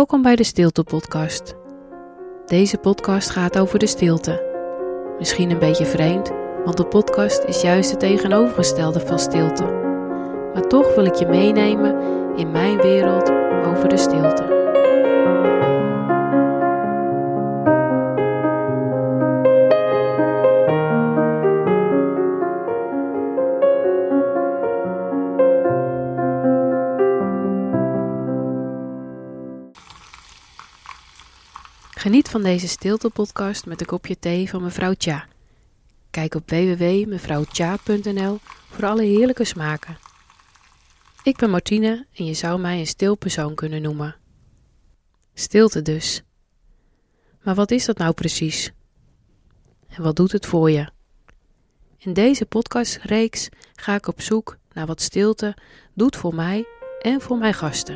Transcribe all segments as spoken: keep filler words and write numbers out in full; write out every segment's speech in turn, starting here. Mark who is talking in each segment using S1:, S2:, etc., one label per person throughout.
S1: Welkom bij de Stilte Podcast. Deze podcast gaat over de stilte. Misschien een beetje vreemd, want de podcast is juist het tegenovergestelde van stilte. Maar toch wil ik je meenemen in mijn wereld over de stilte. Geniet van deze stilte-podcast met een kopje thee van mevrouw Tja. Kijk op w w w punt mevrouw tja punt n l voor alle heerlijke smaken. Ik ben Martine en je zou mij een stil persoon kunnen noemen. Stilte dus. Maar wat is dat nou precies? En wat doet het voor je? In deze podcastreeks ga ik op zoek naar wat stilte doet voor mij en voor mijn gasten.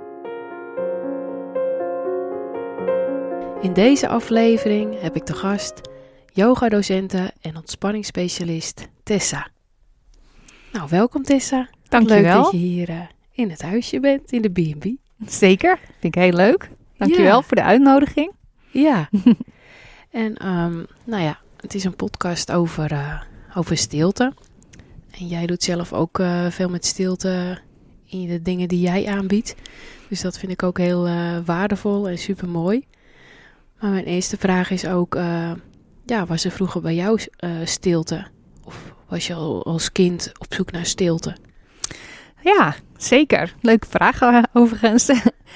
S1: In deze aflevering heb ik te gast yogadocente en ontspanningsspecialist Tessa. Nou, welkom Tessa.
S2: Dank je wel.
S1: Leuk dat je hier uh, in het huisje bent, in de B en B.
S2: Zeker, vind ik heel leuk. Dank je
S1: Ja.
S2: wel voor de uitnodiging.
S1: Ja, en um, nou ja, het is een podcast over, uh, over stilte. En jij doet zelf ook uh, veel met stilte in de dingen die jij aanbiedt. Dus dat vind ik ook heel uh, waardevol en super mooi. Maar mijn eerste vraag is ook, uh, ja, was er vroeger bij jou uh, stilte? Of was je al als kind op zoek naar stilte?
S2: Ja, zeker. Leuke vraag uh, overigens.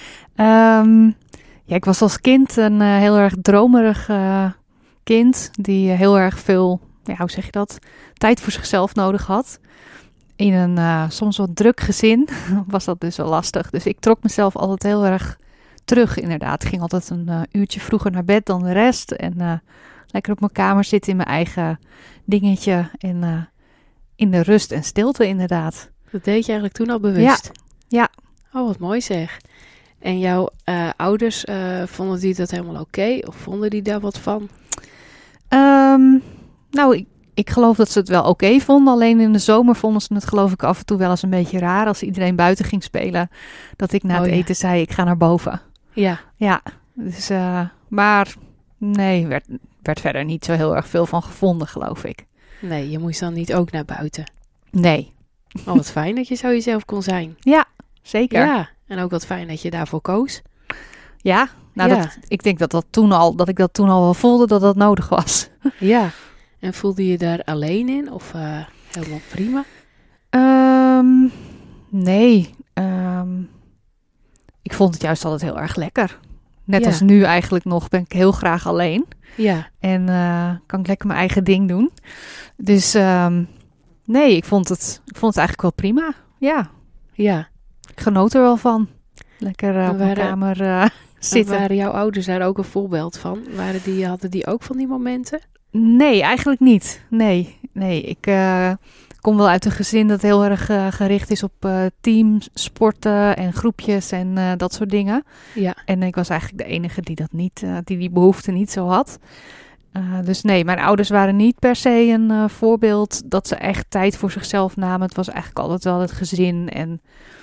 S2: um, ja, ik was als kind een uh, heel erg dromerig uh, kind die uh, heel erg veel, ja, hoe zeg je dat, tijd voor zichzelf nodig had. In een uh, soms wat druk gezin was dat dus wel lastig. Dus ik trok mezelf altijd heel erg terug inderdaad. Ik ging altijd een uh, uurtje vroeger naar bed dan de rest. En uh, lekker op mijn kamer zitten in mijn eigen dingetje. En uh, in de rust en stilte inderdaad.
S1: Dat deed je eigenlijk toen al bewust?
S2: Ja. ja.
S1: Oh, wat mooi zeg. En jouw uh, ouders, uh, vonden die dat helemaal oké? Okay? Of vonden die daar wat van?
S2: Um, nou, ik, ik geloof dat ze het wel oké okay vonden. Alleen in de zomer vonden ze het geloof ik af en toe wel eens een beetje raar. Als iedereen buiten ging spelen. Dat ik na het
S1: oh, ja.
S2: eten zei, ik ga naar boven.
S1: Ja.
S2: Ja, dus, uh, maar nee, werd, werd verder niet zo heel erg veel van gevonden, geloof ik.
S1: Nee, je moest dan niet ook naar buiten?
S2: Nee.
S1: Oh, wat fijn dat je zo jezelf kon zijn.
S2: Ja, zeker.
S1: Ja, en ook wat fijn dat je daarvoor koos.
S2: Ja, nou
S1: ja.
S2: Dat, ik denk dat, dat, toen al, dat ik dat toen al wel voelde dat dat nodig was.
S1: Ja, en voelde je daar alleen in of uh, helemaal prima?
S2: Um, nee, um, ik vond het juist altijd heel erg lekker. Net
S1: ja.
S2: als nu eigenlijk nog ben ik heel graag alleen.
S1: Ja.
S2: En uh, kan ik lekker mijn eigen ding doen. Dus um, nee, ik vond, het, ik vond het eigenlijk wel prima. Ja.
S1: Ja.
S2: Ik genoot er wel van. Lekker uh, op mijn kamer uh, zitten.
S1: Waren jouw ouders daar ook een voorbeeld van? Waren die, hadden die ook van die momenten?
S2: Nee, eigenlijk niet. Nee, nee. Ik uh, kom wel uit een gezin dat heel erg uh, gericht is op uh, teams, sporten en groepjes en uh, dat soort dingen.
S1: Ja.
S2: En ik was eigenlijk de enige die dat niet, uh, die die behoefte niet zo had. Uh, dus nee, mijn ouders waren niet per se een uh, voorbeeld dat ze echt tijd voor zichzelf namen. Het was eigenlijk altijd wel het gezin en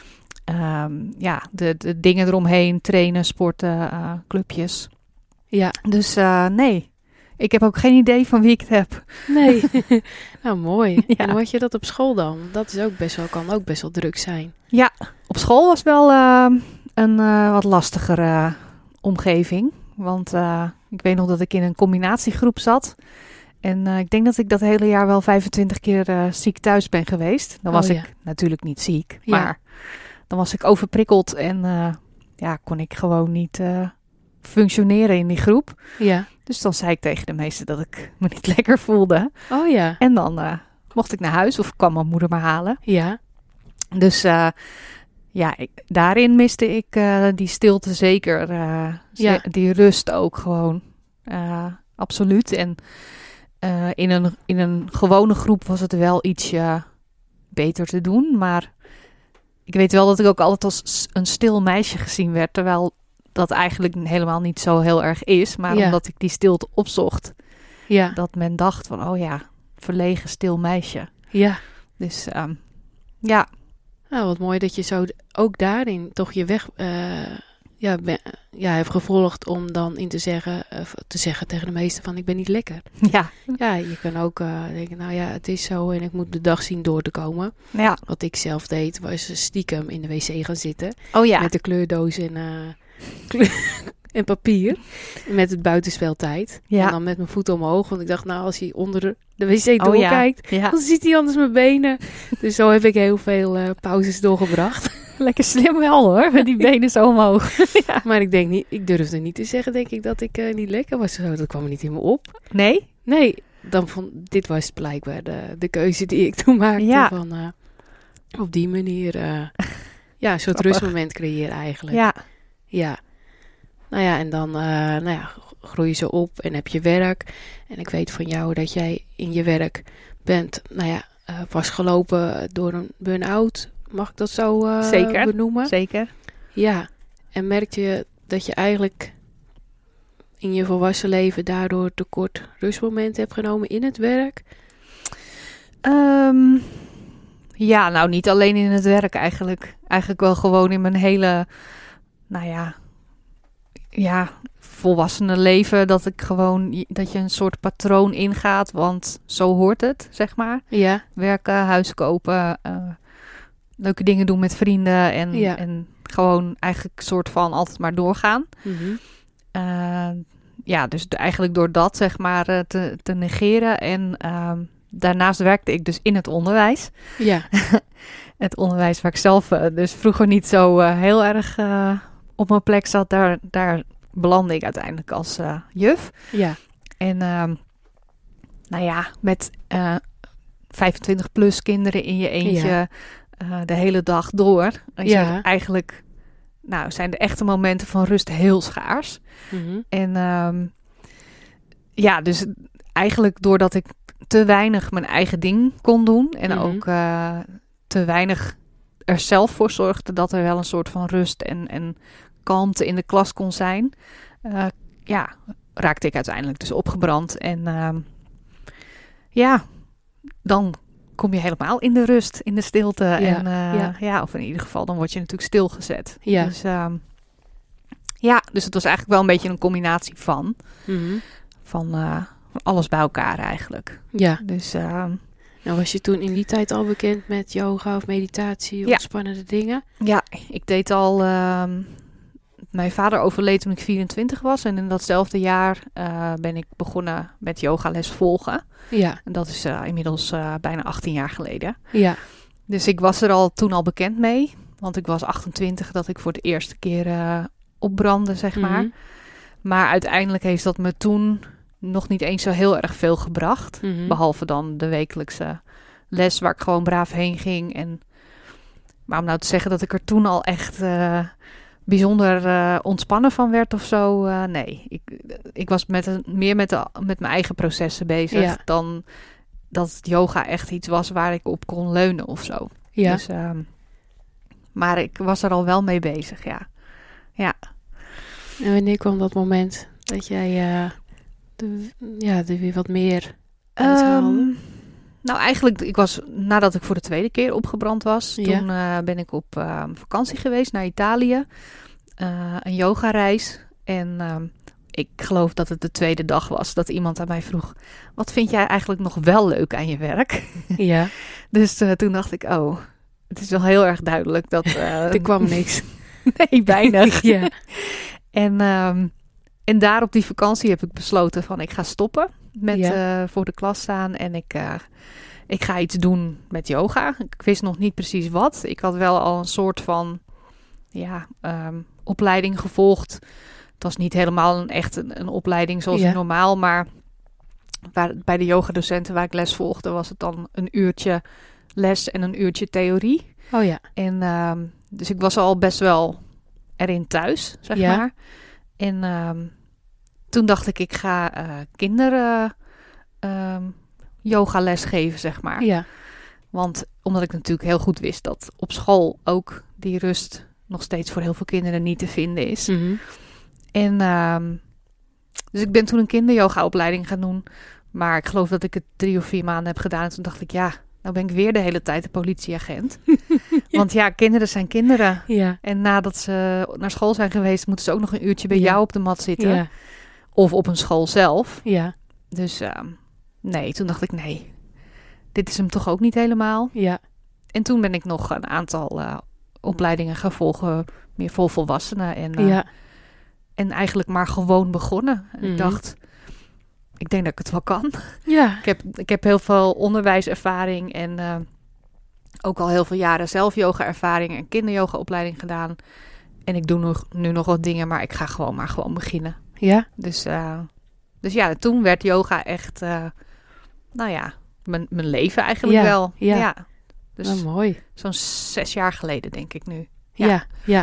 S2: um, ja, de, de dingen eromheen, trainen, sporten, uh, clubjes.
S1: Ja.
S2: Dus uh, nee. Ik heb ook geen idee van wie ik het heb.
S1: Nee. Nou, mooi.
S2: Ja.
S1: En hoe had je dat op school dan? Dat is ook best wel, kan ook best wel druk zijn.
S2: Ja, op school was wel uh, een uh, wat lastigere uh, omgeving. Want uh, ik weet nog dat ik in een combinatiegroep zat. En uh, ik denk dat ik dat hele jaar wel vijfentwintig keer uh, ziek thuis ben geweest. Dan was
S1: oh, ja.
S2: ik natuurlijk niet ziek.
S1: Ja.
S2: Maar dan was ik overprikkeld en uh, ja, kon ik gewoon niet uh, functioneren in die groep.
S1: Ja.
S2: Dus dan zei ik tegen de meesten dat ik me niet lekker voelde.
S1: Oh ja.
S2: En dan uh, mocht ik naar huis of kwam mijn moeder me halen.
S1: Ja.
S2: Dus uh, ja, ik, daarin miste ik uh, die stilte zeker. Uh,
S1: Ja.
S2: Die rust ook gewoon. Uh, absoluut. En uh, in, een, in een gewone groep was het wel ietsje beter te doen. Maar ik weet wel dat ik ook altijd als een stil meisje gezien werd. Terwijl dat eigenlijk helemaal niet zo heel erg is. Maar
S1: Ja.
S2: omdat ik die stilte opzocht.
S1: Ja.
S2: Dat men dacht van, oh ja, verlegen stil meisje.
S1: Ja.
S2: Dus um, ja.
S1: Nou, wat mooi dat je zo ook daarin toch je weg uh, ja, ben, ja, heb gevolgd om dan in te zeggen, uh, te zeggen tegen de meesten van ik ben niet lekker.
S2: Ja.
S1: Ja, je kan ook uh, denken, nou ja, het is zo en ik moet de dag zien door te komen.
S2: Ja.
S1: Wat ik zelf deed, was stiekem in de wc gaan zitten.
S2: Oh ja.
S1: Met de kleurdoos en, uh, kleur en papier. Met het buitenspeltijd.
S2: Ja.
S1: En dan met mijn voeten omhoog. Want ik dacht, nou, als hij onder de, de wc doorkijkt,
S2: oh ja. Ja.
S1: dan ziet hij anders mijn benen. Dus zo heb ik heel veel uh, pauzes doorgebracht.
S2: Lekker slim wel hoor, met die benen zo omhoog.
S1: Ja. Maar ik denk niet, ik durfde niet te zeggen, denk ik, dat ik uh, niet lekker was. Zo, dat kwam niet in me op.
S2: Nee?
S1: Nee, dan vond, dit was blijkbaar de, de keuze die ik toen maakte.
S2: Ja.
S1: Van uh, op die manier uh, ja, een soort
S2: Grappig.
S1: rustmoment creëren eigenlijk.
S2: Ja.
S1: Ja. Nou ja, en dan uh, nou ja, groei je zo op en heb je werk. En ik weet van jou dat jij in je werk bent, nou ja, uh, vastgelopen door een burn-out. Mag ik dat zo uh,
S2: Zeker.
S1: benoemen?
S2: Zeker.
S1: Ja. En merkte je dat je eigenlijk in je volwassen leven daardoor tekort rustmomenten hebt genomen in het werk?
S2: Um, ja, nou niet alleen in het werk eigenlijk. Eigenlijk wel gewoon in mijn hele, nou ja, ja, volwassene leven. Dat ik gewoon, dat je een soort patroon ingaat, want zo hoort het, zeg maar.
S1: Ja.
S2: Werken, huis kopen, uh, leuke dingen doen met vrienden en,
S1: Ja.
S2: en gewoon eigenlijk soort van altijd maar doorgaan.
S1: Mm-hmm.
S2: Uh, ja, dus eigenlijk door dat zeg maar uh, te, te negeren. En uh, daarnaast werkte ik dus in het onderwijs.
S1: Ja.
S2: Het onderwijs waar ik zelf uh, dus vroeger niet zo uh, heel erg uh, op mijn plek zat. Daar, daar belandde ik uiteindelijk als uh, juf.
S1: Ja.
S2: En uh, nou ja, met uh, vijfentwintig plus kinderen in je eentje
S1: Ja.
S2: uh, de hele dag door. Is
S1: Ja.
S2: er eigenlijk, nou, zijn de echte momenten van rust heel schaars.
S1: Mm-hmm.
S2: En um, ja, dus eigenlijk doordat ik te weinig mijn eigen ding kon doen en
S1: Mm-hmm.
S2: ook uh, te weinig er zelf voor zorgde dat er wel een soort van rust en, en kalmte in de klas kon zijn, uh, ja, raakte ik uiteindelijk dus opgebrand. En uh, ja, dan kom je helemaal in de rust, in de stilte.
S1: Ja,
S2: en uh,
S1: ja.
S2: ja, of in ieder geval, dan word je natuurlijk stilgezet.
S1: Ja.
S2: Dus uh, ja, dus het was eigenlijk wel een beetje een combinatie van.
S1: Mm-hmm.
S2: Van uh, alles bij elkaar eigenlijk.
S1: Ja.
S2: Dus uh,
S1: Nou, was je toen in die tijd al bekend met yoga of meditatie of
S2: Ja.
S1: spannende dingen?
S2: ja, ik deed al... Uh, mijn vader overleed toen ik vierentwintig was. En in datzelfde jaar uh, ben ik begonnen met yogales volgen.
S1: Ja.
S2: En dat is uh, inmiddels uh, bijna achttien jaar geleden.
S1: Ja.
S2: Dus ik was er al toen al bekend mee. Want ik was achtentwintig dat ik voor de eerste keer uh, opbrandde, zeg maar.
S1: Mm-hmm.
S2: Maar uiteindelijk heeft dat me toen nog niet eens zo heel erg veel gebracht.
S1: Mm-hmm.
S2: Behalve dan de wekelijkse les waar ik gewoon braaf heen ging. En, maar om nou te zeggen dat ik er toen al echt uh, bijzonder uh, ontspannen van werd of zo. Uh, nee, ik, ik was met een, meer met, de, met mijn eigen processen bezig.
S1: Ja.
S2: Dan dat yoga echt iets was waar ik op kon leunen of zo.
S1: Ja.
S2: Dus, uh, maar ik was er al wel mee bezig, ja. Ja.
S1: En wanneer kwam dat moment dat jij uh, de, ja, er weer wat meer uithaalde?
S2: Um, nou, eigenlijk, ik was nadat ik voor de tweede keer opgebrand was,
S1: Ja.
S2: toen uh, ben ik op uh, vakantie geweest naar Italië. Uh, een yogareis. En uh, ik geloof dat het de tweede dag was dat iemand aan mij vroeg: wat vind jij eigenlijk nog wel leuk aan je werk?
S1: Ja.
S2: Dus uh, toen dacht ik, oh, het is wel heel erg duidelijk dat... Uh,
S1: Er kwam niks.
S2: nee, weinig.
S1: Ja.
S2: En, um, en daar op die vakantie heb ik besloten van ik ga stoppen met
S1: Ja.
S2: uh, voor de klas staan. En ik, uh, ik ga iets doen met yoga. Ik wist nog niet precies wat. Ik had wel al een soort van ja, um, opleiding gevolgd. Het was niet helemaal een, echt een, een opleiding zoals
S1: Ja.
S2: normaal. Maar waar, bij de yogadocenten waar ik les volgde was het dan een uurtje les en een uurtje theorie.
S1: Oh ja.
S2: En um, dus ik was al best wel erin thuis, zeg
S1: Ja.
S2: maar. En um, toen dacht ik, ik ga uh, kinderen um, yogales geven, zeg maar.
S1: Ja.
S2: Want omdat ik natuurlijk heel goed wist dat op school ook die rust nog steeds voor heel veel kinderen niet te vinden is.
S1: Mm-hmm.
S2: En um, dus ik ben toen een kinderyogaopleiding gaan doen. Maar ik geloof dat ik het drie of vier maanden heb gedaan. En toen dacht ik, ja, nou ben ik weer de hele tijd de politieagent. Want ja, kinderen zijn kinderen.
S1: Ja.
S2: En nadat ze naar school zijn geweest, moeten ze ook nog een uurtje bij
S1: Ja.
S2: jou op de mat zitten.
S1: Ja.
S2: Of op een school zelf.
S1: Ja.
S2: Dus uh, nee, toen dacht ik nee, dit is hem toch ook niet helemaal.
S1: Ja.
S2: En toen ben ik nog een aantal uh, opleidingen gaan volgen, meer voor volwassenen. En, uh,
S1: Ja.
S2: en eigenlijk maar gewoon begonnen. En
S1: Mhm.
S2: ik dacht, ik denk dat ik het wel kan.
S1: Ja.
S2: Ik heb, ik heb heel veel onderwijservaring en uh, ook al heel veel jaren zelf yoga-ervaring en kinderyoga-opleiding gedaan. En ik doe nog, nu nog wat dingen, maar ik ga gewoon maar gewoon beginnen.
S1: Ja.
S2: Dus, uh, dus ja, toen werd yoga echt, uh, nou ja, mijn, mijn leven eigenlijk
S1: Ja,
S2: wel.
S1: ja.
S2: ja. Dus
S1: Nou, mooi.
S2: zo'n zes jaar geleden denk ik nu.
S1: Ja.
S2: Ja.
S1: Ja.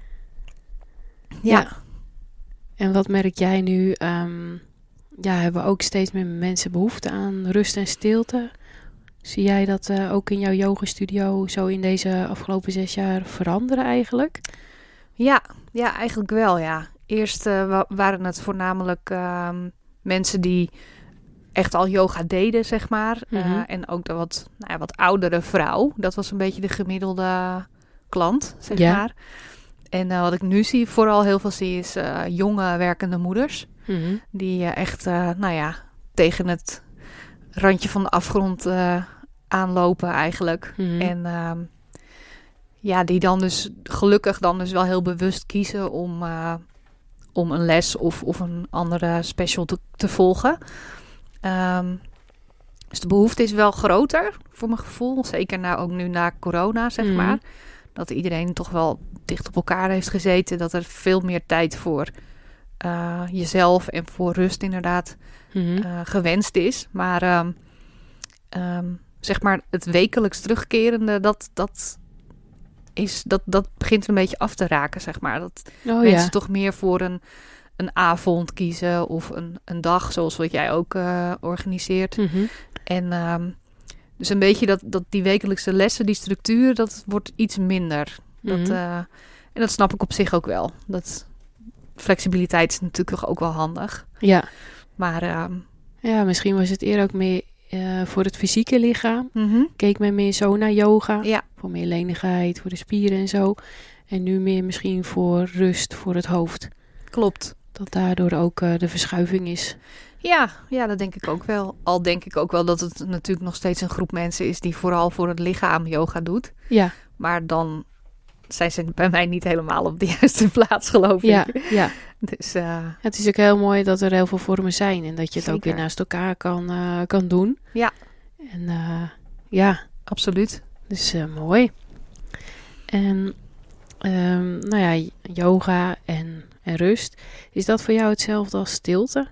S2: Ja.
S1: Ja. En wat merk jij nu? Um, ja, hebben ook steeds meer mensen behoefte aan rust en stilte? Zie jij dat uh, ook in jouw yogastudio zo in deze afgelopen zes jaar veranderen eigenlijk?
S2: Ja, ja, eigenlijk wel, ja. Eerst uh, wa- waren het voornamelijk uh, mensen die echt al yoga deden, zeg maar.
S1: Mm-hmm.
S2: Uh, en ook de wat, nou ja, wat oudere vrouw. Dat was een beetje de gemiddelde klant, zeg
S1: Ja.
S2: maar. En uh, wat ik nu zie, vooral heel veel zie, is uh, jonge werkende moeders.
S1: Mm-hmm.
S2: Die uh, echt, uh, nou ja, tegen het randje van de afgrond uh, aanlopen eigenlijk.
S1: Mm-hmm.
S2: En uh, ja, die dan dus gelukkig dan dus wel heel bewust kiezen om, uh, om een les of, of een andere special te, te volgen. Um, dus de behoefte is wel groter voor mijn gevoel. Zeker nou, ook nu na corona, zeg
S1: Mm-hmm.
S2: maar. Dat iedereen toch wel dicht op elkaar heeft gezeten. Dat er veel meer tijd voor uh, jezelf en voor rust inderdaad
S1: Mm-hmm.
S2: uh, gewenst is. Maar um, um, zeg maar het wekelijks terugkerende, dat, dat, is, dat, dat begint een beetje af te raken, zeg maar. Dat
S1: Oh
S2: mensen
S1: ja.
S2: toch meer voor een, een avond kiezen of een, een dag, zoals wat jij ook uh, organiseert.
S1: Mm-hmm.
S2: En um, dus een beetje dat, dat die wekelijkse lessen, die structuur, dat wordt iets minder. Dat,
S1: Mm-hmm.
S2: uh, en dat snap ik op zich ook wel. Dat flexibiliteit is natuurlijk ook wel handig.
S1: Ja.
S2: Maar um,
S1: Ja, misschien was het eerder ook meer uh, voor het fysieke lichaam.
S2: mm-hmm.
S1: Keek men meer zo naar yoga.
S2: Ja.
S1: Voor meer lenigheid, voor de spieren en zo. En nu meer misschien voor rust, voor het hoofd.
S2: Klopt.
S1: Dat daardoor ook uh, de verschuiving is.
S2: Ja, ja, dat denk ik ook wel. Al denk ik ook wel dat het natuurlijk nog steeds een groep mensen is die vooral voor het lichaam yoga doet.
S1: Ja.
S2: Maar dan zijn ze bij mij niet helemaal op de juiste plaats, geloof
S1: Ja,
S2: ik.
S1: ja.
S2: Dus, uh,
S1: Het is ook heel mooi dat er heel veel vormen zijn. En dat je het ook
S2: Zeker.
S1: weer naast elkaar kan, uh, kan doen.
S2: Ja.
S1: En uh, ja,
S2: absoluut.
S1: dus uh, mooi. En um, nou ja, yoga en, en rust. Is dat voor jou hetzelfde als stilte?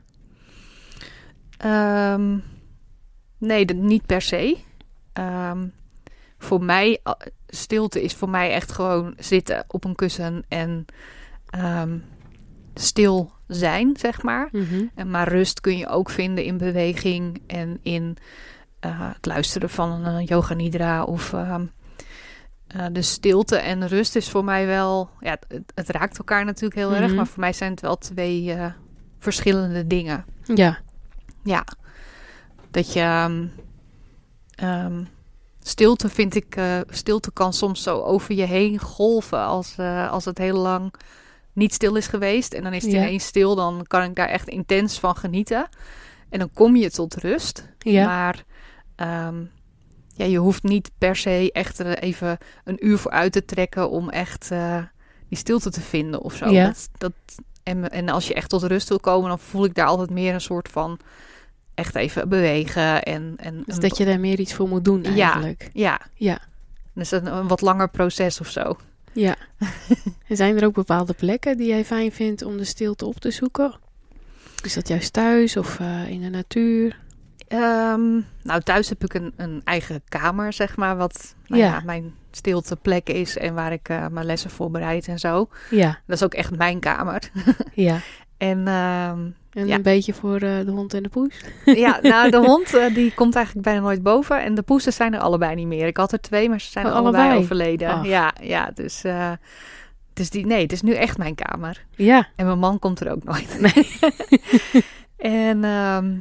S2: Um, nee, dat niet per se. Um, voor mij, stilte is voor mij echt gewoon zitten op een kussen en um, stil zijn, zeg maar.
S1: Mm-hmm.
S2: En maar rust kun je ook vinden in beweging en in uh, het luisteren van een yoga nidra of um, uh, de stilte en rust is voor mij wel, ja, het, het raakt elkaar natuurlijk heel
S1: Mm-hmm.
S2: erg, maar voor mij zijn het wel twee uh, verschillende dingen.
S1: Ja.
S2: Ja, dat je um, um, stilte vind ik, uh, stilte kan soms zo over je heen golven als, uh, als het heel lang niet stil is geweest. En dan is het
S1: Ja.
S2: ineens stil, dan kan ik daar echt intens van genieten. En dan kom je tot rust.
S1: Ja.
S2: Maar um, ja, je hoeft niet per se echt er even een uur voor uit te trekken om echt uh, die stilte te vinden of zo.
S1: Ja.
S2: Dat, dat, en, en als je echt tot rust wil komen, dan voel ik daar altijd meer een soort van echt even bewegen. En, en
S1: Dus
S2: een,
S1: dat je daar meer iets voor moet doen eigenlijk.
S2: ja,
S1: Ja.
S2: dus een, een wat langer proces of zo.
S1: Ja. En zijn er ook bepaalde plekken die jij fijn vindt om de stilte op te zoeken? Is dat juist thuis of uh, in de natuur?
S2: Um, nou, thuis heb ik een, een eigen kamer, zeg maar, wat nou
S1: Ja.
S2: ja, mijn stilteplek is en waar ik uh, mijn lessen voorbereid en zo.
S1: Ja.
S2: Dat is ook echt mijn kamer.
S1: Ja.
S2: En um,
S1: En
S2: Ja.
S1: een beetje voor uh, de hond en de poes?
S2: ja, nou, de hond uh, die komt eigenlijk bijna nooit boven. En de poesen zijn er allebei niet meer. Ik had er twee, maar ze zijn
S1: Oh,
S2: er allebei,
S1: allebei?
S2: overleden.
S1: Ach.
S2: Ja, ja, dus, uh, dus die, nee, het is nu echt mijn kamer.
S1: Ja.
S2: En mijn man komt er ook nooit. en um,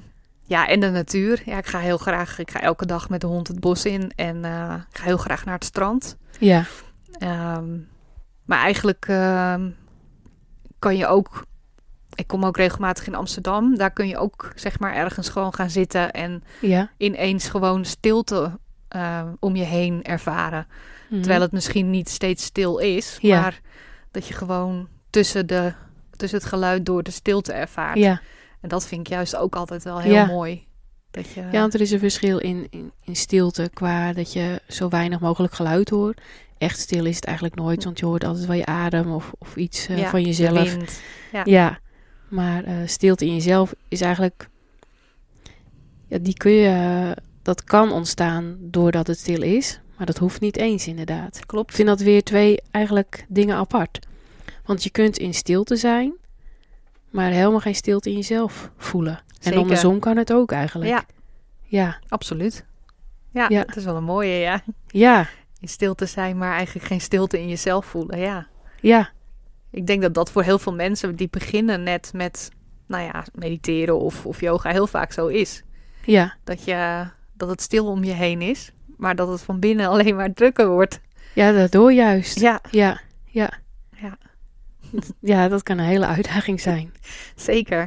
S2: Ja, en de natuur. Ja, ik ga heel graag, ik ga elke dag met de hond het bos in en uh, ik ga heel graag naar het strand.
S1: Ja.
S2: Um, maar eigenlijk um, kan je ook, ik kom ook regelmatig in Amsterdam, daar kun je ook zeg maar ergens gewoon gaan zitten en
S1: Ja.
S2: ineens gewoon stilte uh, om je heen ervaren. Mm-hmm. Terwijl het misschien niet steeds stil is,
S1: Ja.
S2: maar dat je gewoon tussen, de, tussen het geluid door de stilte ervaart.
S1: Ja.
S2: En dat vind ik juist ook altijd wel heel
S1: ja.
S2: mooi. Dat je...
S1: Ja, want er is een verschil in, in, in stilte qua dat je zo weinig mogelijk geluid hoort. Echt stil is het eigenlijk nooit, want je hoort altijd wel je adem of, of iets uh,
S2: ja,
S1: van jezelf.
S2: Wind. Ja.
S1: ja, maar uh, stilte in jezelf is eigenlijk... Ja, die kun je... Uh, dat kan ontstaan doordat het stil is, maar dat hoeft niet eens inderdaad.
S2: Klopt.
S1: Ik vind dat weer twee eigenlijk dingen apart. Want je kunt in stilte zijn, maar helemaal geen stilte in jezelf voelen.
S2: Zeker.
S1: En andersom kan het ook eigenlijk.
S2: Ja,
S1: ja.
S2: absoluut. Ja,
S1: ja,
S2: dat is wel een mooie, ja.
S1: Ja.
S2: In stilte zijn, maar eigenlijk geen stilte in jezelf voelen, ja.
S1: Ja.
S2: Ik denk dat dat voor heel veel mensen die beginnen net met, nou ja, mediteren of, of yoga heel vaak zo is.
S1: Ja.
S2: Dat, je, dat het stil om je heen is, maar dat het van binnen alleen maar drukker wordt.
S1: Ja, daardoor juist.
S2: Ja.
S1: Ja, ja.
S2: Ja.
S1: Ja, dat kan een hele uitdaging zijn.
S2: Zeker.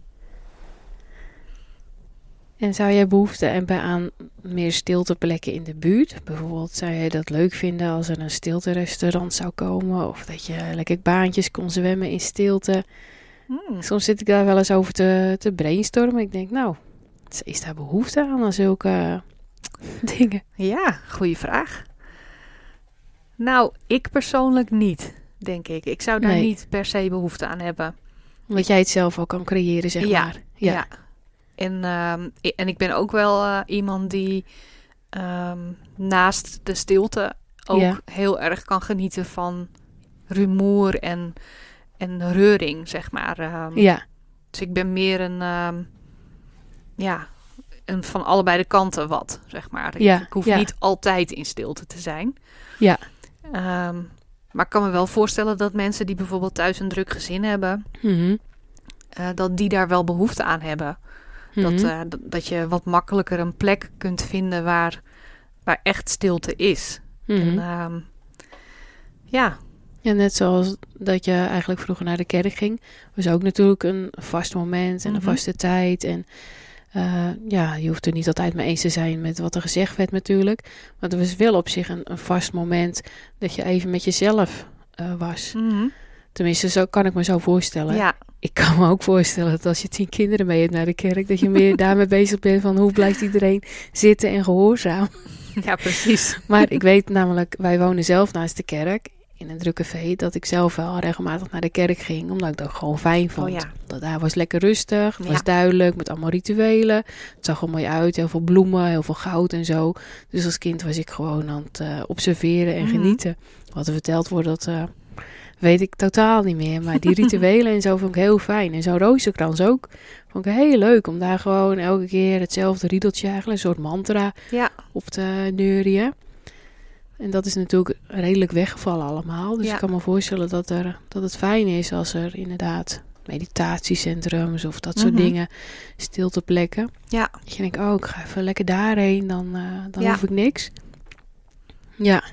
S1: En zou jij behoefte hebben aan meer stilteplekken in de buurt? Bijvoorbeeld, zou jij dat leuk vinden als er een stilterestaurant zou komen? Of dat je lekker baantjes kon zwemmen in stilte? Hmm. Soms zit ik daar wel eens over te, te brainstormen. Ik denk, nou, is daar behoefte aan aan zulke dingen?
S2: Ja, goede vraag. Nou, ik persoonlijk niet, denk ik. Ik zou daar nee. niet per se behoefte aan hebben.
S1: Omdat jij het zelf ook kan creëren, zeg
S2: ja,
S1: maar. Ja,
S2: ja. En, um, en ik ben ook wel uh, iemand die um, naast de stilte ook ja. heel erg kan genieten van rumoer en, en reuring, zeg maar. Um,
S1: ja.
S2: Dus ik ben meer een, um, ja, een van allebei de kanten wat, zeg maar.
S1: Ja.
S2: Ik, ik hoef
S1: ja.
S2: niet altijd in stilte te zijn.
S1: Ja.
S2: Um, maar ik kan me wel voorstellen dat mensen die bijvoorbeeld thuis een druk gezin hebben,
S1: mm-hmm.
S2: uh, dat die daar wel behoefte aan hebben.
S1: Mm-hmm.
S2: Dat, uh, dat, dat je wat makkelijker een plek kunt vinden waar, waar echt stilte is.
S1: Mm-hmm.
S2: En, um, ja.
S1: Ja, net zoals dat je eigenlijk vroeger naar de kerk ging. Was ook natuurlijk een vast moment en mm-hmm. een vaste tijd. En uh, ja, je hoeft er niet altijd mee eens te zijn met wat er gezegd werd natuurlijk. Maar er was wel op zich een, een vast moment dat je even met jezelf uh, was.
S2: Mm-hmm.
S1: Tenminste, zo kan ik me zo voorstellen.
S2: Ja.
S1: Ik kan me ook voorstellen dat als je tien kinderen mee hebt naar de kerk, dat je meer daarmee bezig bent van hoe blijft iedereen zitten en gehoorzaam.
S2: Ja, precies.
S1: Maar ik weet namelijk, wij wonen zelf naast de kerk in een drukke café, dat ik zelf wel regelmatig naar de kerk ging, omdat ik dat gewoon fijn vond.
S2: Oh ja.
S1: Dat daar was lekker rustig, het
S2: ja.
S1: was duidelijk, met allemaal rituelen. Het zag er mooi uit, heel veel bloemen, heel veel goud en zo. Dus als kind was ik gewoon aan het uh, observeren en mm-hmm. genieten. Wat er verteld wordt, dat uh, weet ik totaal niet meer. Maar die rituelen en zo vond ik heel fijn. En zo'n roosterkrans ook. Vond ik heel leuk om daar gewoon elke keer hetzelfde riedeltje eigenlijk, een soort mantra
S2: ja.
S1: op te neurien. En dat is natuurlijk redelijk weggevallen allemaal. Dus ja. ik kan me voorstellen dat, er, dat het fijn is als er inderdaad meditatiecentrums of dat soort mm-hmm. dingen, stilteplekken.
S2: Ja.
S1: Dat je denkt, oh, ik ga even lekker daarheen, dan, uh, dan
S2: ja.
S1: hoef ik niks. Ja.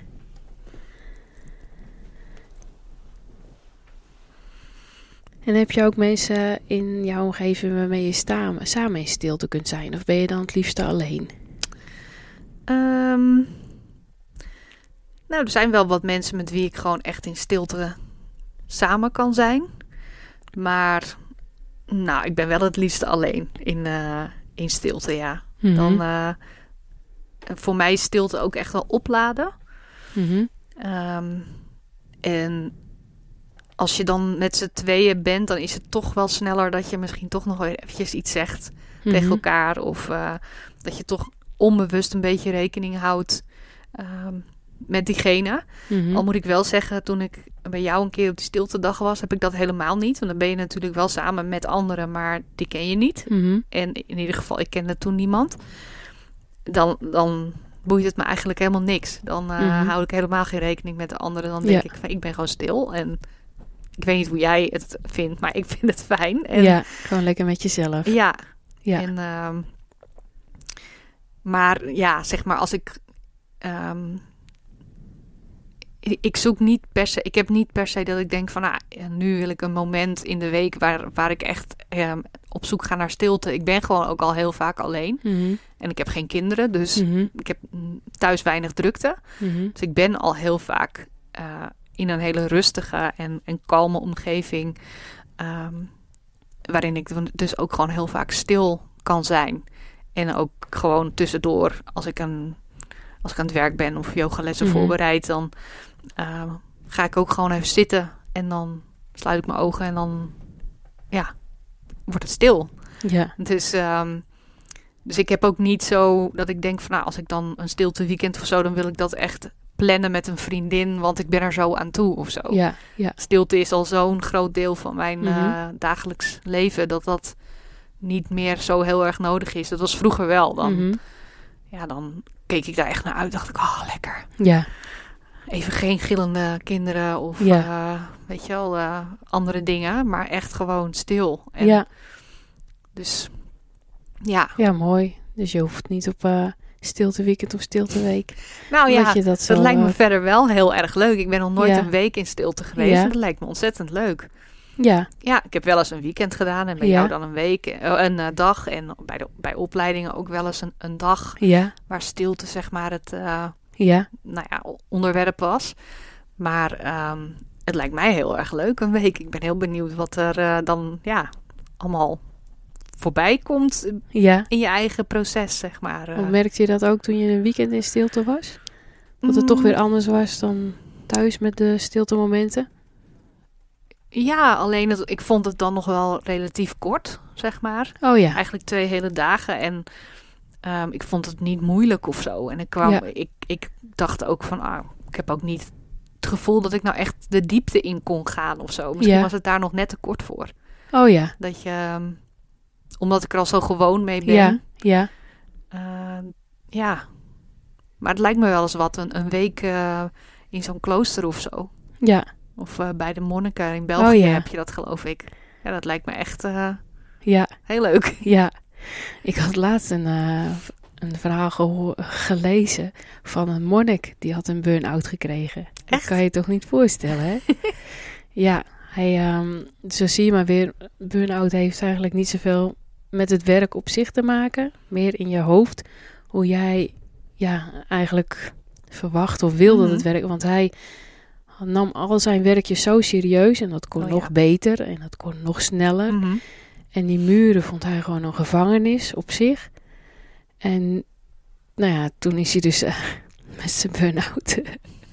S1: En heb je ook mensen in jouw omgeving waarmee je samen, samen in stilte kunt zijn? Of ben je dan het liefste alleen?
S2: Um, nou, er zijn wel wat mensen met wie ik gewoon echt in stilte samen kan zijn. Maar, nou, ik ben wel het liefste alleen in, uh, in stilte, ja. Mm-hmm. Dan, uh, voor mij is stilte ook echt wel opladen.
S1: Mm-hmm.
S2: Um, en als je dan met z'n tweeën bent, dan is het toch wel sneller dat je misschien toch nog weer eventjes iets zegt mm-hmm. tegen elkaar. Of uh, dat je toch onbewust een beetje rekening houdt um, met diegene.
S1: Mm-hmm.
S2: Al moet ik wel zeggen, toen ik bij jou een keer op die stiltedag was, heb ik dat helemaal niet. Want dan ben je natuurlijk wel samen met anderen, maar die ken je niet.
S1: Mm-hmm.
S2: En in ieder geval, ik kende toen niemand. Dan, dan boeit het me eigenlijk helemaal niks. Dan uh, mm-hmm. hou ik helemaal geen rekening met de anderen. Dan denk ja. ik van, ik ben gewoon stil en ik weet niet hoe jij het vindt, maar ik vind het fijn. En,
S1: ja, gewoon lekker met jezelf.
S2: Ja.
S1: ja.
S2: En uh, maar ja, zeg maar als ik... Um, ik zoek niet per se... Ik heb niet per se dat ik denk van... Ah, nu wil ik een moment in de week waar, waar ik echt um, op zoek ga naar stilte. Ik ben gewoon ook al heel vaak alleen.
S1: Mm-hmm.
S2: En ik heb geen kinderen, dus
S1: Mm-hmm.
S2: ik heb thuis weinig drukte.
S1: Mm-hmm.
S2: Dus ik ben al heel vaak uh, in een hele rustige en, en kalme omgeving. Um, waarin ik dus ook gewoon heel vaak stil kan zijn. En ook gewoon tussendoor, als ik, een, als ik aan het werk ben of yogalessen mm-hmm. voorbereid, dan uh, ga ik ook gewoon even zitten. En dan sluit ik mijn ogen en dan ja, wordt het stil.
S1: Ja.
S2: Dus, um, dus ik heb ook niet zo dat ik denk van nou, als ik dan een stilte weekend of zo, dan wil ik dat echt plannen met een vriendin, want ik ben er zo aan toe of zo.
S1: Ja, ja.
S2: Stilte is al zo'n groot deel van mijn mm-hmm. uh, dagelijks leven, dat dat niet meer zo heel erg nodig is. Dat was vroeger wel. Dan,
S1: mm-hmm.
S2: ja, dan keek ik daar echt naar uit. Dacht ik, oh, lekker.
S1: Ja.
S2: Even geen gillende kinderen of
S1: ja.
S2: uh, weet je wel, uh, andere dingen, maar echt gewoon stil. En
S1: ja.
S2: Dus ja.
S1: Ja, mooi. Dus je hoeft niet op uh, stilteweekend of stilteweek.
S2: Nou ja,
S1: dat,
S2: dat,
S1: zo,
S2: dat lijkt me
S1: uh,
S2: verder wel heel erg leuk. Ik ben nog nooit
S1: ja.
S2: een week in stilte geweest.
S1: Ja.
S2: En dat lijkt me ontzettend leuk.
S1: Ja.
S2: Ja, ik heb wel eens een weekend gedaan en bij
S1: ja.
S2: jou dan een week, uh, een uh, dag. En bij, de, bij opleidingen ook wel eens een, een dag
S1: ja.
S2: waar stilte zeg maar het uh,
S1: ja.
S2: nou ja, onderwerp was. Maar um, het lijkt mij heel erg leuk een week. Ik ben heel benieuwd wat er uh, dan ja, allemaal voorbij komt
S1: ja.
S2: in je eigen proces, zeg maar. Uh.
S1: Merkte je dat ook toen je een weekend in stilte was? Dat het mm. toch weer anders was dan thuis met de stilte momenten?
S2: Ja, alleen het, ik vond het dan nog wel relatief kort, zeg maar.
S1: Oh ja.
S2: Eigenlijk twee hele dagen en um, ik vond het niet moeilijk of zo. En ik kwam, ja. ik, ik dacht ook van, ah, ik heb ook niet het gevoel dat ik nou echt de diepte in kon gaan of zo. Misschien ja. was het daar nog net te kort voor.
S1: Oh ja.
S2: Dat je, um, omdat ik er al zo gewoon mee ben.
S1: Ja, ja.
S2: Uh, ja. Maar het lijkt me wel eens wat, een, een week uh, in zo'n klooster of zo.
S1: Ja.
S2: Of uh, bij de monniken in België oh, ja. heb je dat, geloof ik. Ja, dat lijkt me echt uh,
S1: ja.
S2: heel leuk.
S1: Ja. Ik had laatst een, uh, een verhaal geho- gelezen van een monnik. Die had een burn-out gekregen.
S2: Echt?
S1: Dat kan je je toch niet voorstellen, hè? Ja, hij, um, zo zie je maar weer, burn-out heeft eigenlijk niet zoveel met het werk op zich te maken. Meer in je hoofd. Hoe jij ja, eigenlijk verwacht of wil mm-hmm. dat het werkt. Want hij nam al zijn werkjes zo serieus. En dat kon oh, nog ja. beter. En dat kon nog sneller.
S2: Mm-hmm.
S1: En die muren vond hij gewoon een gevangenis op zich. En nou ja, toen is hij dus uh, met zijn burn-out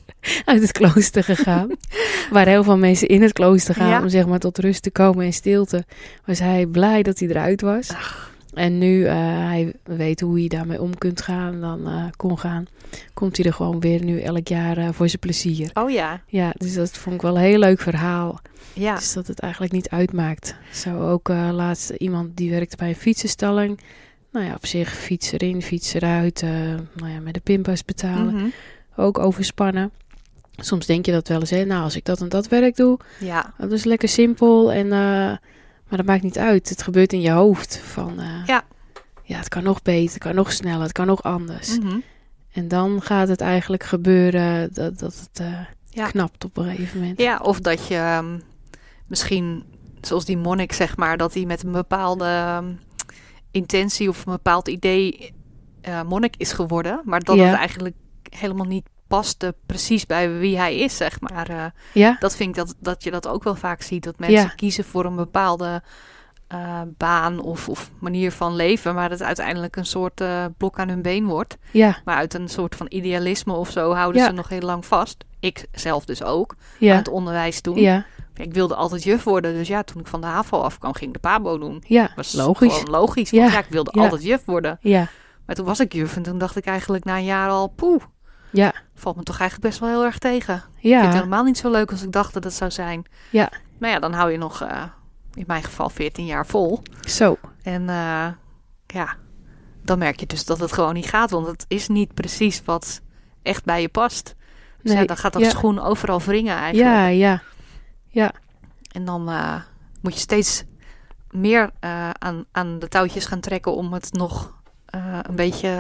S1: uit het klooster gegaan. Waar heel veel mensen in het klooster gaan ja. om zeg maar tot rust te komen en stilte. Was hij blij dat hij eruit was. Ach. En nu uh, hij weet hoe hij daarmee om kunt gaan, dan uh, kon gaan, komt hij er gewoon weer nu elk jaar uh, voor zijn plezier.
S2: Oh ja.
S1: Ja, dus dat vond ik wel een heel leuk verhaal.
S2: Ja.
S1: Dus dat het eigenlijk niet uitmaakt. Zo ook uh, laatst iemand die werkte bij een fietsenstalling. Nou ja, op zich fiets erin, fiets eruit. Uh, nou ja, met de pinpas betalen.
S2: Mm-hmm.
S1: Ook overspannen. Soms denk je dat wel eens, hè. Nou, als ik dat en dat werk doe,
S2: ja.
S1: dat is lekker simpel. En, uh, maar dat maakt niet uit. Het gebeurt in je hoofd. Van, uh,
S2: ja.
S1: ja, het kan nog beter, het kan nog sneller, het kan nog anders.
S2: Mm-hmm.
S1: En dan gaat het eigenlijk gebeuren dat, dat het uh,
S2: ja.
S1: knapt op een gegeven moment.
S2: Ja, of dat je um, misschien, zoals die monnik zeg maar, dat hij met een bepaalde um, intentie of een bepaald idee uh, monnik is geworden. Maar dat ja. het eigenlijk helemaal niet paste precies bij wie hij is, zeg maar. Uh,
S1: ja.
S2: Dat vind ik dat, dat je dat ook wel vaak ziet. Dat mensen
S1: ja.
S2: kiezen voor een bepaalde uh, baan of, of manier van leven. Maar dat uiteindelijk een soort uh, blok aan hun been wordt.
S1: Ja.
S2: Maar uit een soort van idealisme of zo houden
S1: ja.
S2: ze nog heel lang vast. Ik zelf dus ook.
S1: Ja.
S2: Aan het onderwijs toen.
S1: Ja.
S2: Ik wilde altijd juf worden. Dus ja, toen ik van de HAVO afkwam, ging ik de PABO doen.
S1: Ja,
S2: was
S1: logisch.
S2: Gewoon logisch. Want
S1: ja.
S2: ja, ik wilde
S1: ja.
S2: altijd juf worden.
S1: Ja.
S2: Maar toen was ik juf en toen dacht ik eigenlijk na een jaar al, poeh.
S1: Ja.
S2: Valt me toch eigenlijk best wel heel erg tegen.
S1: Ja.
S2: Ik vind het helemaal niet zo leuk als ik dacht dat het zou zijn.
S1: Ja.
S2: Maar ja, dan hou je nog, uh, in mijn geval, veertien jaar vol.
S1: Zo.
S2: En uh, ja, dan merk je dus dat het gewoon niet gaat. Want het is niet precies wat echt bij je past. Dus nee. ja, dan gaat dat ja. schoen overal wringen eigenlijk.
S1: Ja, ja. Ja.
S2: En dan uh, moet je steeds meer uh, aan, aan de touwtjes gaan trekken om het nog uh, een beetje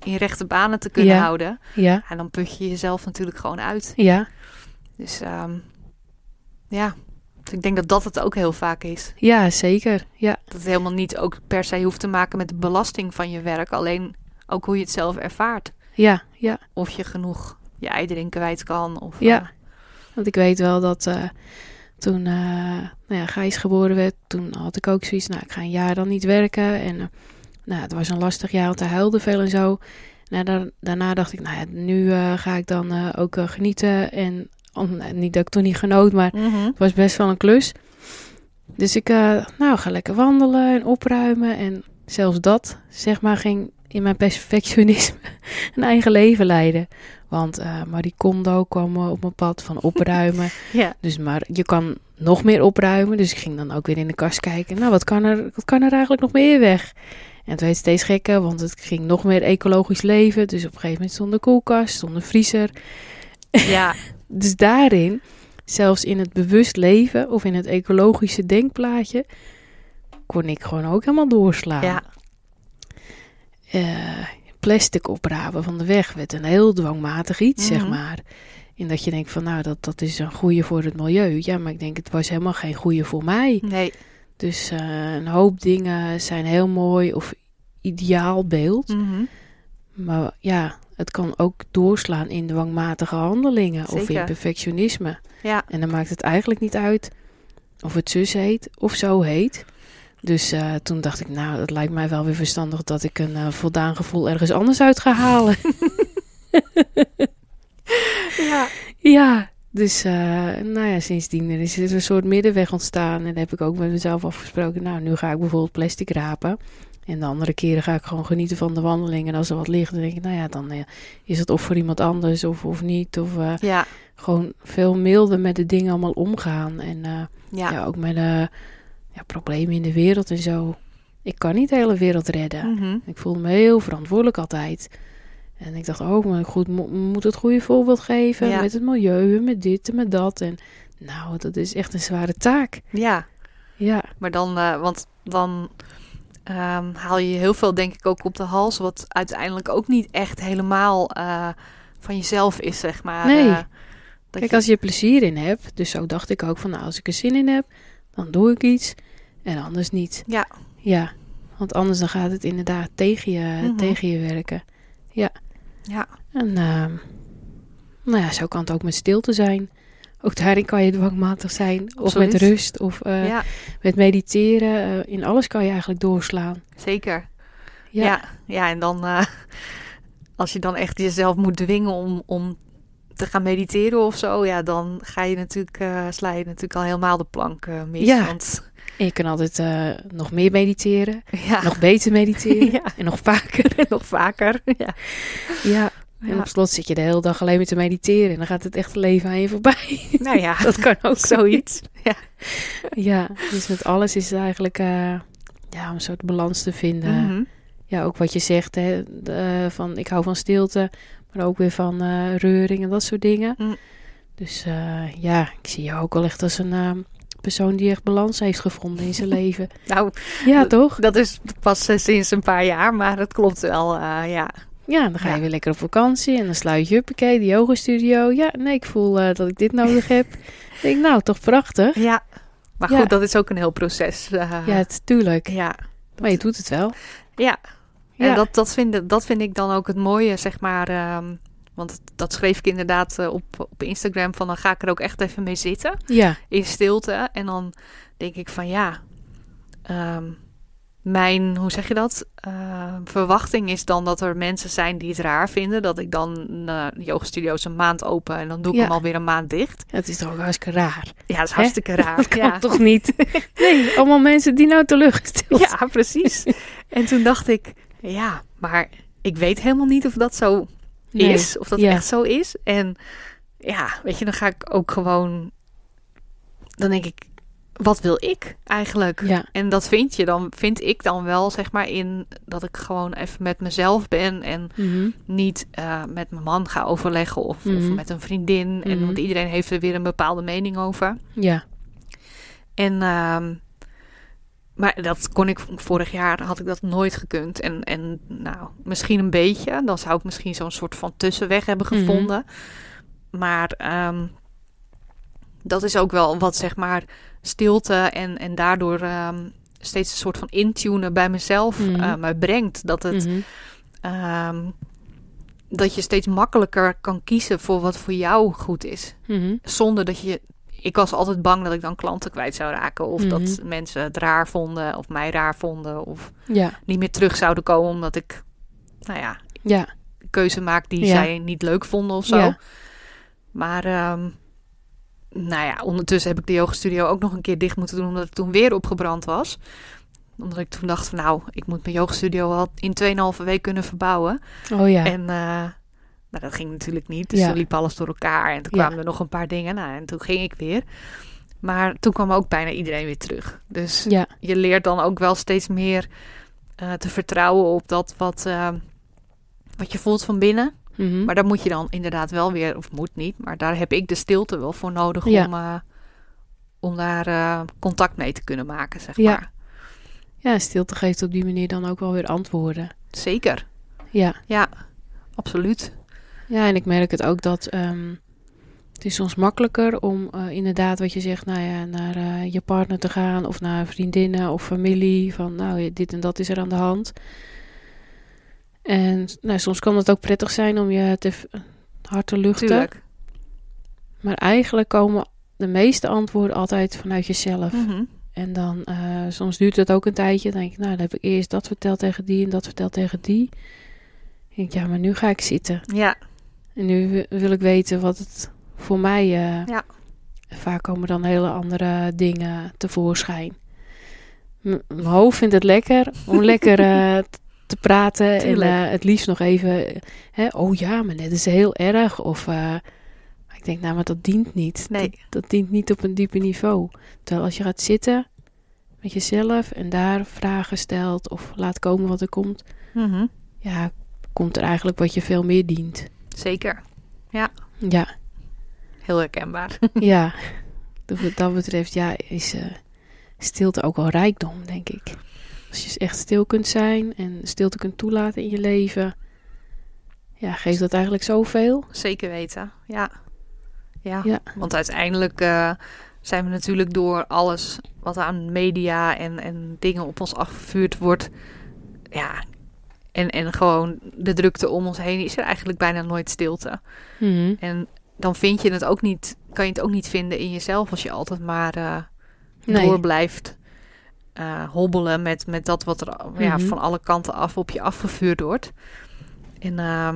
S2: in rechte banen te kunnen
S1: Ja.
S2: houden.
S1: Ja,
S2: En dan put je jezelf natuurlijk gewoon uit.
S1: ja,
S2: Dus um, ja, dus ik denk dat dat het ook heel vaak is.
S1: ja, zeker. Ja,
S2: Dat het helemaal niet ook per se hoeft te maken met de belasting van je werk. Alleen ook hoe je het zelf ervaart.
S1: ja, ja.
S2: Of je genoeg je ei erin kwijt kan. Of,
S1: Ja.
S2: uh,
S1: Want ik weet wel dat uh, toen uh, nou ja, Gijs geboren werd, toen had ik ook zoiets, nou, ik ga een jaar dan niet werken. En uh, nou, het was een lastig jaar, want hij huilde veel en zo. Nou, daar, daarna dacht ik, nou ja, nu uh, ga ik dan uh, ook uh, genieten. En oh, niet dat ik toen niet genoot, maar
S2: mm-hmm.
S1: het was best wel een klus. Dus ik uh, nou, ga lekker wandelen en opruimen. En zelfs dat, zeg maar, ging in mijn perfectionisme een eigen leven leiden. Want uh, Marie Kondo kwam uh, op mijn pad van opruimen.
S2: Ja.
S1: Dus maar je kan nog meer opruimen. Dus ik ging dan ook weer in de kast kijken. Nou, wat kan er, wat kan er eigenlijk nog meer weg? En het werd steeds gekker, want het ging nog meer ecologisch leven. Dus op een gegeven moment stond de koelkast, stond de vriezer.
S2: Ja.
S1: Dus daarin, zelfs in het bewust leven of in het ecologische denkplaatje, kon ik gewoon ook helemaal doorslaan.
S2: Ja.
S1: Uh, plastic oprapen van de weg werd een heel dwangmatig iets,
S2: Mm-hmm.
S1: zeg maar. En dat je denkt van, nou, dat, dat is een goeie voor het milieu. Ja, maar ik denk, het was helemaal geen goeie voor mij.
S2: Nee.
S1: Dus uh, een hoop dingen zijn heel mooi of ideaal beeld.
S2: Mm-hmm.
S1: Maar ja, het kan ook doorslaan in dwangmatige handelingen.
S2: Zeker.
S1: Of in perfectionisme.
S2: Ja.
S1: En dan maakt het eigenlijk niet uit of het zus heet of zo heet. Dus uh, toen dacht ik, nou, het lijkt mij wel weer verstandig dat ik een uh, voldaan gevoel ergens anders uit ga halen.
S2: Ja.
S1: Ja, dus uh, nou ja, sindsdien is er een soort middenweg ontstaan. En dan heb ik ook met mezelf afgesproken, nou, nu ga ik bijvoorbeeld plastic rapen. En de andere keren ga ik gewoon genieten van de wandeling. En als er wat ligt, dan denk ik, nou ja, dan uh, is het of voor iemand anders of, of niet. Of uh,
S2: Ja.
S1: gewoon veel milder met de dingen allemaal omgaan. En uh,
S2: Ja.
S1: ja, ook met uh, ja, problemen in de wereld en zo. Ik kan niet de hele wereld redden.
S2: Mm-hmm.
S1: Ik voelde me heel verantwoordelijk altijd. En ik dacht, oh, maar goed, mo- moet het goede voorbeeld geven.
S2: Ja.
S1: Met het milieu, met dit en met dat. En nou, dat is echt een zware taak.
S2: Ja.
S1: Ja,
S2: Maar dan, uh, want dan um, haal je heel veel, denk ik, ook op de hals. Wat uiteindelijk ook niet echt helemaal uh, van jezelf is, zeg maar.
S1: Nee.
S2: Uh, dat
S1: kijk,
S2: je...
S1: als je er plezier in hebt. Dus zo dacht ik ook van, nou, als ik er zin in heb, dan doe ik iets. En anders niet.
S2: Ja.
S1: Ja, want anders dan gaat het inderdaad tegen je,
S2: Mm-hmm.
S1: tegen je werken. Ja.
S2: Ja.
S1: En uh, nou ja, zo kan het ook met stilte zijn. Ook daarin kan je dwangmatig zijn. Of
S2: Absoluut.
S1: met rust. Of uh,
S2: Ja.
S1: met mediteren. Uh, in alles kan je eigenlijk doorslaan.
S2: Zeker.
S1: Ja,
S2: Ja. Ja, en dan uh, als je dan echt jezelf moet dwingen om, om te gaan mediteren of zo. Ja, dan ga je natuurlijk, uh, sla je natuurlijk al helemaal de plank uh, mis.
S1: Ja.
S2: Want,
S1: en je kan altijd uh, nog meer mediteren.
S2: ja.
S1: Nog beter mediteren.
S2: Ja.
S1: En nog vaker.
S2: nog vaker. Ja.
S1: Ja. En
S2: Ja.
S1: op slot zit je de hele dag alleen maar te mediteren. En dan gaat het echte leven aan je voorbij.
S2: Nou ja,
S1: Dat kan ook
S2: zoiets. Ja.
S1: Ja, dus met alles is het eigenlijk uh, ja, om een soort balans te vinden.
S2: Mm-hmm.
S1: Ja, ook wat je zegt, hè, de, van ik hou van stilte, maar ook weer van uh, reuring en dat soort dingen.
S2: Mm.
S1: Dus uh, ja, ik zie je ook wel echt als een uh, persoon die echt balans heeft gevonden in zijn leven.
S2: Nou,
S1: Ja, toch?
S2: dat is pas uh, sinds een paar jaar, maar dat klopt wel, uh, ja.
S1: Ja, dan ga je
S2: Ja.
S1: weer lekker op vakantie en dan sluit je, huppakee, de yogastudio. Ja, nee, ik voel uh, dat ik dit nodig heb. Ik denk, nou, toch prachtig.
S2: Ja, maar
S1: Ja.
S2: goed, dat is ook een heel proces. Uh,
S1: Ja, het, tuurlijk.
S2: ja.
S1: Maar je doet het wel.
S2: Ja,
S1: Ja.
S2: en dat, dat, vind, dat vind ik dan ook het mooie, zeg maar. Um, want dat schreef ik inderdaad uh, op, op Instagram. Van dan ga ik er ook echt even mee zitten.
S1: Ja,
S2: In stilte. En dan denk ik van ja. Um, mijn, hoe zeg je dat? Uh, verwachting is dan dat er mensen zijn die het raar vinden. Dat ik dan uh, de yogastudio's een maand open. En dan doe ik
S1: Ja.
S2: hem alweer een maand dicht.
S1: het is toch ook hartstikke raar.
S2: Ja, dat is hartstikke raar.
S1: Dat kan
S2: ja.
S1: toch niet? Nee, allemaal mensen die nou teleurgesteld zijn.
S2: Ja, precies. En toen dacht ik, ja, maar ik weet helemaal niet of dat zo
S1: Nee,
S2: is. Of dat
S1: ja.
S2: echt zo is. En ja, weet je, dan ga ik ook gewoon... Dan denk ik, wat wil ik eigenlijk?
S1: Ja.
S2: En dat vind je dan, vind ik dan wel, zeg maar, in dat ik gewoon even met mezelf ben. En
S1: Mhm.
S2: niet uh, met mijn man ga overleggen of,
S1: Mhm.
S2: of met een vriendin. En,
S1: Mhm.
S2: want iedereen heeft er weer een bepaalde mening over.
S1: Ja.
S2: En... Um, maar dat kon ik vorig jaar, had ik dat nooit gekund. En, en nou, misschien een beetje. Dan zou ik misschien zo'n soort van tussenweg hebben gevonden. Mm-hmm. Maar um, dat is ook wel wat, zeg maar, stilte en, en daardoor um, steeds een soort van intunen bij mezelf mm-hmm. uh, me brengt. Dat het... Mm-hmm. Um, dat je steeds makkelijker kan kiezen voor wat voor jou goed is. Mm-hmm. Zonder dat je... Ik was altijd bang dat ik dan klanten kwijt zou raken. Of mm-hmm. dat mensen het raar vonden. Of mij raar vonden. Of ja. niet meer terug zouden komen. Omdat ik, nou ja, ja. keuze maak die ja. zij niet leuk vonden of zo. Ja. Maar, um, nou ja, ondertussen heb ik de yogastudio ook nog een keer dicht moeten doen. Omdat het toen weer opgebrand was. Omdat ik toen dacht van, nou, ik moet mijn yogastudio al in tweeënhalve week kunnen verbouwen.
S1: Oh ja.
S2: En... Uh, Nou, dat ging natuurlijk niet. Dus ja. er liep alles door elkaar. En toen kwamen ja. er nog een paar dingen. Nou, en toen ging ik weer. Maar toen kwam ook bijna iedereen weer terug. Dus ja. je leert dan ook wel steeds meer uh, te vertrouwen op dat wat, uh, wat je voelt van binnen. Mm-hmm. Maar daar moet je dan inderdaad wel weer, of moet niet. Maar daar heb ik de stilte wel voor nodig ja. om, uh, om daar uh, contact mee te kunnen maken, zeg
S1: ja.
S2: maar.
S1: Ja, stilte geeft op die manier dan ook wel weer antwoorden.
S2: Zeker.
S1: Ja.
S2: Ja, absoluut.
S1: Ja, en ik merk het ook dat um, het is soms makkelijker om uh, inderdaad wat je zegt, nou ja, naar uh, je partner te gaan of naar vriendinnen of familie. Van nou, dit en dat is er aan de hand. En nou, soms kan het ook prettig zijn om je te hart te luchten.
S2: Tuurlijk.
S1: Maar eigenlijk komen de meeste antwoorden altijd vanuit jezelf.
S2: Mm-hmm.
S1: En dan uh, soms duurt het ook een tijdje. Dan denk ik, nou, dan heb ik eerst dat verteld tegen die en dat verteld tegen die. Dan denk ik, ja, maar nu ga ik zitten.
S2: Ja.
S1: En nu wil ik weten wat het voor mij... Uh,
S2: ja.
S1: Vaak komen dan hele andere dingen tevoorschijn. M- mijn hoofd vindt het lekker om lekker uh, te praten. Tuurlijk. En uh, het liefst nog even... Hè, oh ja, maar net is heel erg. Of uh, ik denk, nou, maar dat dient niet.
S2: Nee.
S1: Dat, dat dient niet op een diepe niveau. Terwijl als je gaat zitten met jezelf en daar vragen stelt of laat komen wat er komt...
S2: Mm-hmm.
S1: Ja, komt er eigenlijk wat je veel meer dient.
S2: Zeker, ja.
S1: Ja.
S2: Heel herkenbaar.
S1: Ja, wat dat betreft ja, is uh, stilte ook wel rijkdom, denk ik. Als je echt stil kunt zijn en stilte kunt toelaten in je leven... Ja, geeft dat eigenlijk zoveel?
S2: Zeker weten, ja. Ja,
S1: ja.
S2: Want uiteindelijk uh, zijn we natuurlijk door alles wat aan media en, en dingen op ons afgevuurd wordt... Ja, en, en gewoon de drukte om ons heen is er eigenlijk bijna nooit stilte.
S1: Mm-hmm.
S2: En dan vind je het ook niet, kan je het ook niet vinden in jezelf als je altijd maar uh,
S1: nee.
S2: door blijft uh, hobbelen met, met dat wat er mm-hmm. ja, van alle kanten af op je afgevuurd wordt. En uh,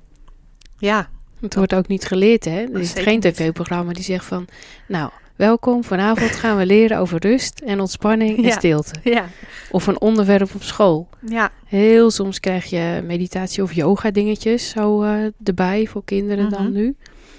S2: ja.
S1: Het wordt ook niet geleerd, hè? Er is geen tv-programma die zegt van, nou, welkom, vanavond gaan we leren over rust en ontspanning en
S2: ja.
S1: stilte.
S2: Ja.
S1: Of een onderwerp op school.
S2: Ja.
S1: Heel soms krijg je meditatie of yoga dingetjes zo uh, erbij voor kinderen mm-hmm. dan nu.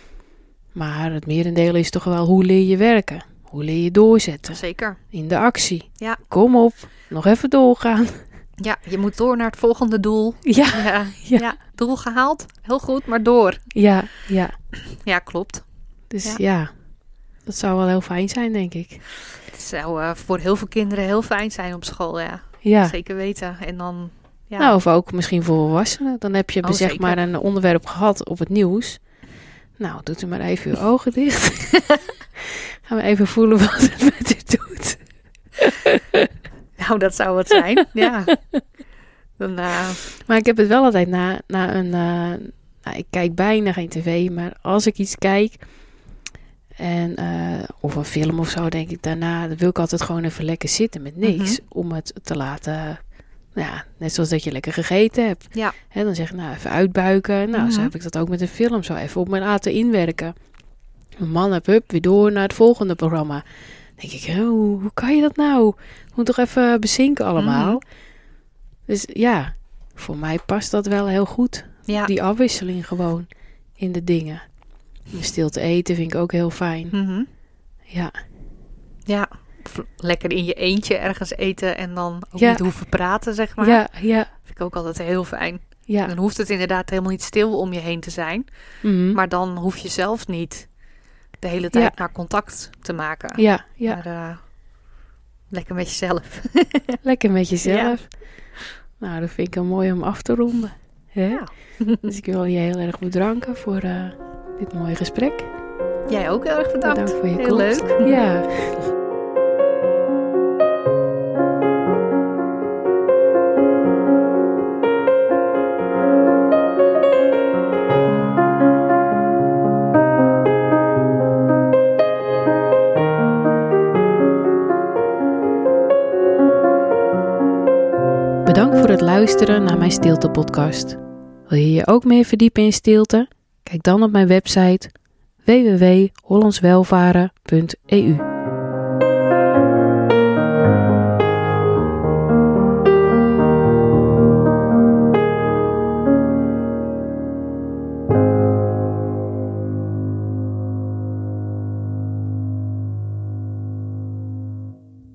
S1: Maar het merendeel is toch wel hoe leer je werken? Hoe leer je doorzetten?
S2: Zeker.
S1: In de actie.
S2: Ja.
S1: Kom op, nog even doorgaan.
S2: Ja, je moet door naar het volgende doel.
S1: Ja.
S2: Ja.
S1: ja.
S2: ja. Doel gehaald, heel goed, maar door.
S1: Ja, ja.
S2: Ja, klopt.
S1: Dus ja. ja, dat zou wel heel fijn zijn, denk ik.
S2: Het zou uh, voor heel veel kinderen heel fijn zijn op school, ja.
S1: Ja.
S2: Zeker weten. En dan, ja.
S1: Nou, of ook misschien voor volwassenen. Dan heb je
S2: oh,
S1: zeg
S2: zeker.
S1: maar een onderwerp gehad op het nieuws. Nou, doet u maar even uw ogen dicht. Gaan we even voelen wat het met u doet.
S2: Nou, dat zou het zijn, ja. Dan, uh...
S1: Maar ik heb het wel altijd na, na een... Uh, nou, ik kijk bijna geen tv, maar als ik iets kijk... En, uh, of een film of zo, denk ik daarna... dan wil ik altijd gewoon even lekker zitten met niks. Mm-hmm. Om het te laten... Nou ja, net zoals dat je lekker gegeten hebt.
S2: Ja.
S1: Hè, dan zeg ik, nou, even uitbuiken. Nou, mm-hmm. Zo heb ik dat ook met een film. Zo even op mijn laten inwerken. Mijn man heb hup, weer door naar het volgende programma. Dan denk ik, hoe, hoe kan je dat nou? Ik moet toch even bezinken allemaal. Mm-hmm. Dus ja, voor mij past dat wel heel goed.
S2: Ja.
S1: Die afwisseling gewoon in de dingen. Stil te eten vind ik ook heel fijn.
S2: Mm-hmm.
S1: Ja.
S2: Ja. Lekker in je eentje ergens eten en dan ook
S1: ja.
S2: niet hoeven praten, zeg maar.
S1: Ja, ja.
S2: Vind ik ook altijd heel fijn.
S1: Ja.
S2: En dan hoeft het inderdaad helemaal niet stil om je heen te zijn.
S1: Mm-hmm.
S2: Maar dan hoef je zelf niet de hele tijd
S1: ja.
S2: naar contact te maken.
S1: Ja, ja.
S2: Maar, uh, Lekker met jezelf.
S1: Lekker met jezelf. Ja. Nou, dat vind ik wel mooi om af te ronden. Hè? Ja. Dus ik wil je heel erg bedanken voor uh, dit mooie gesprek.
S2: Jij ook heel erg bedankt.
S1: Bedankt voor je
S2: heel
S1: komst.
S2: leuk.
S1: Ja. Bedankt voor het luisteren naar mijn stilte-podcast. Wil je je ook meer verdiepen in stilte? Kijk dan op mijn website w w w punt hollandswelvaren punt e u.